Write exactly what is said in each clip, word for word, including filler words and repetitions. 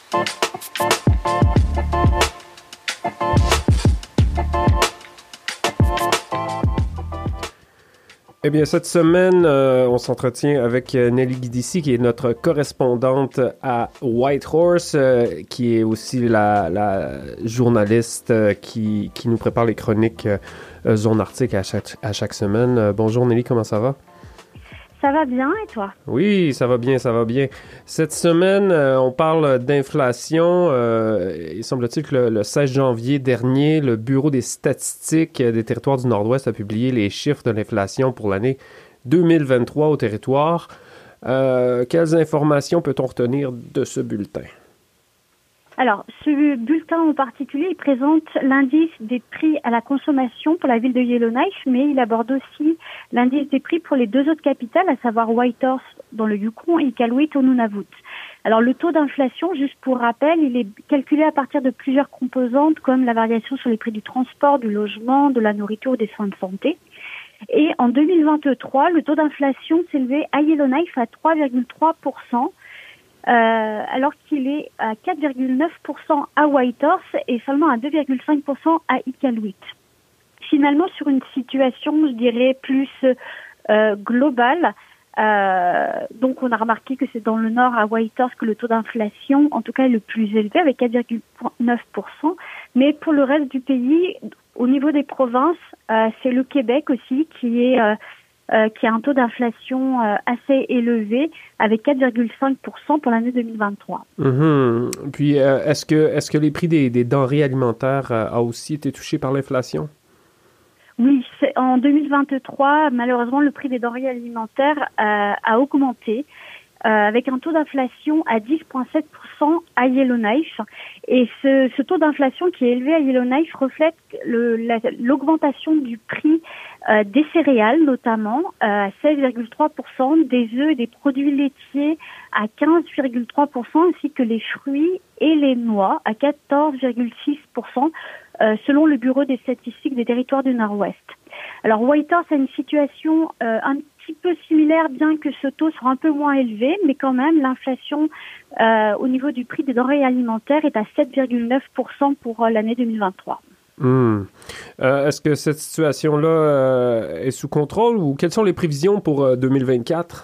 Eh bien, cette semaine, euh, on s'entretient avec Nelly Guidici, qui est notre correspondante à Whitehorse, euh, qui est aussi la, la journaliste euh, qui, qui nous prépare les chroniques euh, Zone Arctique à chaque, à chaque semaine. Euh, bonjour Nelly, comment ça va? Ça va bien, et toi? Oui, ça va bien, ça va bien. Cette semaine, euh, on parle d'inflation. Euh, il semble-t-il que le, le seize janvier dernier, le Bureau des statistiques des territoires du Nord-Ouest a publié les chiffres de l'inflation pour l'année deux mille vingt-trois au territoire. Euh, quelles informations peut-on retenir de ce bulletin? Alors, ce bulletin en particulier, il présente l'indice des prix à la consommation pour la ville de Yellowknife, mais il aborde aussi l'indice des prix pour les deux autres capitales, à savoir Whitehorse dans le Yukon et Iqaluit au Nunavut. Alors, le taux d'inflation, juste pour rappel, il est calculé à partir de plusieurs composantes, comme la variation sur les prix du transport, du logement, de la nourriture ou des soins de santé. Et en deux mille vingt-trois, le taux d'inflation s'élevait à Yellowknife à trois virgule trois pour cent. Euh, alors qu'il est à quatre virgule neuf pour cent à Whitehorse et seulement à deux virgule cinq pour cent à Iqaluit. Finalement, sur une situation, je dirais, plus euh, globale, euh, donc on a remarqué que c'est dans le nord, à Whitehorse, que le taux d'inflation, en tout cas, est le plus élevé, avec quatre virgule neuf pour cent. Mais pour le reste du pays, au niveau des provinces, euh, c'est le Québec aussi qui est... Euh, Euh, qui a un taux d'inflation euh, assez élevé, avec quatre virgule cinq pour cent pour l'année deux mille vingt-trois. Mm-hmm. Puis, euh, est-ce que, est-ce que les prix des, des denrées alimentaires euh, a aussi été touché par l'inflation? Oui, c'est, en deux mille vingt-trois, malheureusement, le prix des denrées alimentaires euh, a augmenté, euh, avec un taux d'inflation à dix virgule sept pour cent à Yellowknife. Et ce, ce taux d'inflation qui est élevé à Yellowknife reflète le, la, l'augmentation du prix euh, des céréales, notamment euh, à seize virgule trois pour cent, des œufs et des produits laitiers à quinze virgule trois pour cent, ainsi que les fruits et les noix à quatorze virgule six pour cent, euh, selon le Bureau des statistiques des territoires du Nord-Ouest. Alors, Whitehorse a une situation euh, un petit peu similaire, bien que ce taux soit un peu moins élevé, mais quand même, l'inflation euh, au niveau du prix des denrées alimentaires est à sept virgule neuf pour cent pour euh, l'année deux mille vingt-trois. Mmh. Euh, est-ce que cette situation-là euh, est sous contrôle ou quelles sont les prévisions pour euh, deux mille vingt-quatre?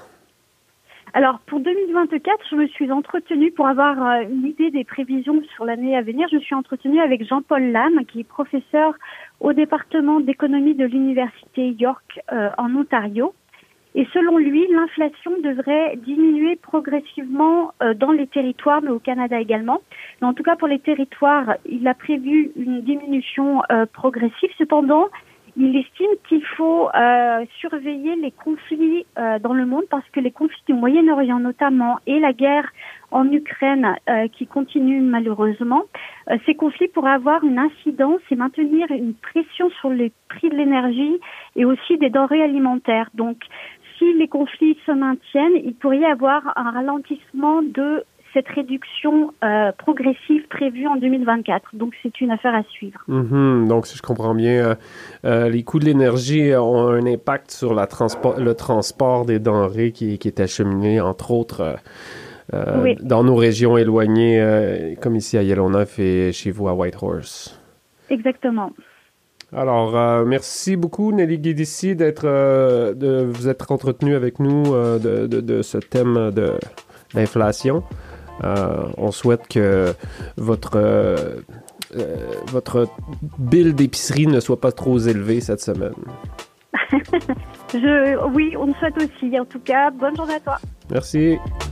Alors, pour deux mille vingt-quatre, je me suis entretenue, pour avoir euh, une idée des prévisions sur l'année à venir, je me suis entretenue avec Jean-Paul Lam, qui est professeur au département d'économie de l'Université York euh, en Ontario. Et selon lui, l'inflation devrait diminuer progressivement euh, dans les territoires, mais au Canada également. Mais en tout cas, pour les territoires, il a prévu une diminution euh, progressive. Cependant, il estime qu'il faut euh, surveiller les conflits euh, dans le monde, parce que les conflits du Moyen-Orient notamment et la guerre en Ukraine euh, qui continue malheureusement, euh, ces conflits pourraient avoir une incidence et maintenir une pression sur les prix de l'énergie et aussi des denrées alimentaires. Donc, si les conflits se maintiennent, il pourrait y avoir un ralentissement de cette réduction euh, progressive prévue en deux mille vingt-quatre. Donc, c'est une affaire à suivre. Mm-hmm. Donc, si je comprends bien, euh, euh, les coûts de l'énergie ont un impact sur la transpo- le transport des denrées qui, qui est acheminé, entre autres, euh, euh, oui. dans nos régions éloignées, euh, comme ici à Yellowknife et chez vous à Whitehorse. Exactement. Alors, euh, merci beaucoup, Nelly Guidici, d'être, euh, de vous être entretenue avec nous euh, de, de, de ce thème de l'inflation. Euh, on souhaite que votre, euh, euh, votre bill d'épicerie ne soit pas trop élevé cette semaine. Je, oui, on le souhaite aussi. En tout cas, bonne journée à toi. Merci.